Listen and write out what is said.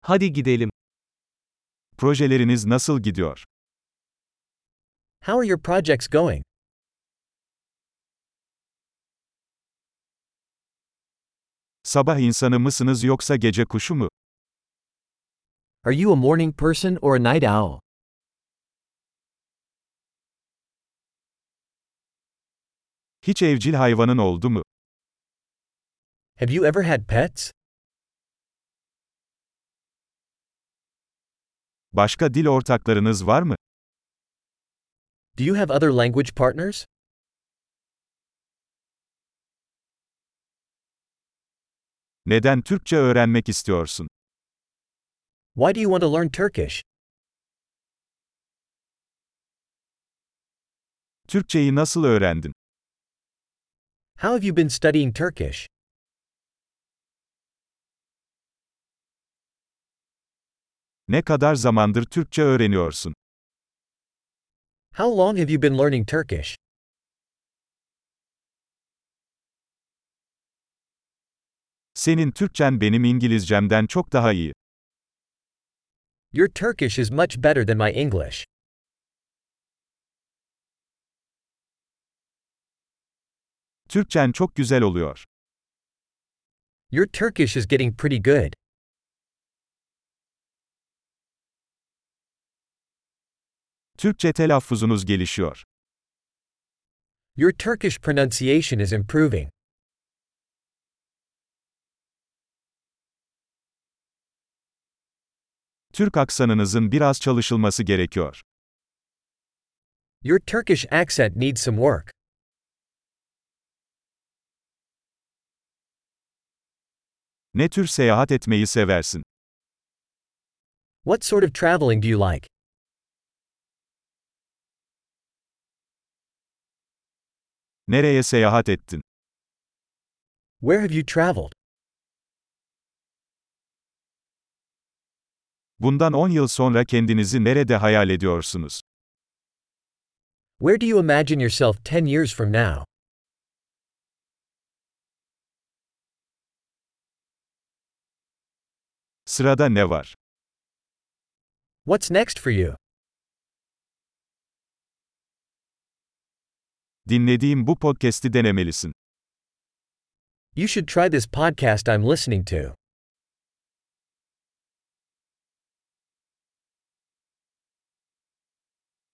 Hadi gidelim. Projeleriniz nasıl gidiyor? How are your projects going? Sabah insanı mısınız yoksa gece kuşu mu? Are you a morning person or a night owl? Hiç evcil hayvanın oldu mu? Have you ever had pets? Başka dil ortaklarınız var mı? Do you have other language partners? Neden Türkçe öğrenmek istiyorsun? Why do you want to learn Turkish? Türkçeyi nasıl öğrendin? How have you been studying Turkish? Ne kadar zamandır Türkçe öğreniyorsun? How long have you been learning Turkish? Senin Türkçen benim İngilizcemden çok daha iyi. Your Turkish is much better than my English. Türkçen çok güzel oluyor. Your Turkish is getting pretty good. Türkçe telaffuzunuz gelişiyor. Your Turkish pronunciation is improving. Türk aksanınızın biraz çalışılması gerekiyor. Your Turkish accent needs some work. Ne tür seyahat etmeyi seversin? What sort of traveling do you like? Nereye seyahat ettin? Where have you traveled? Bundan 10 yıl sonra kendinizi nerede hayal ediyorsunuz? Where do you imagine yourself 10 years from now? Sırada ne var? What's next for you? Dinlediğim bu podcast'i denemelisin. You should try this podcast I'm listening to.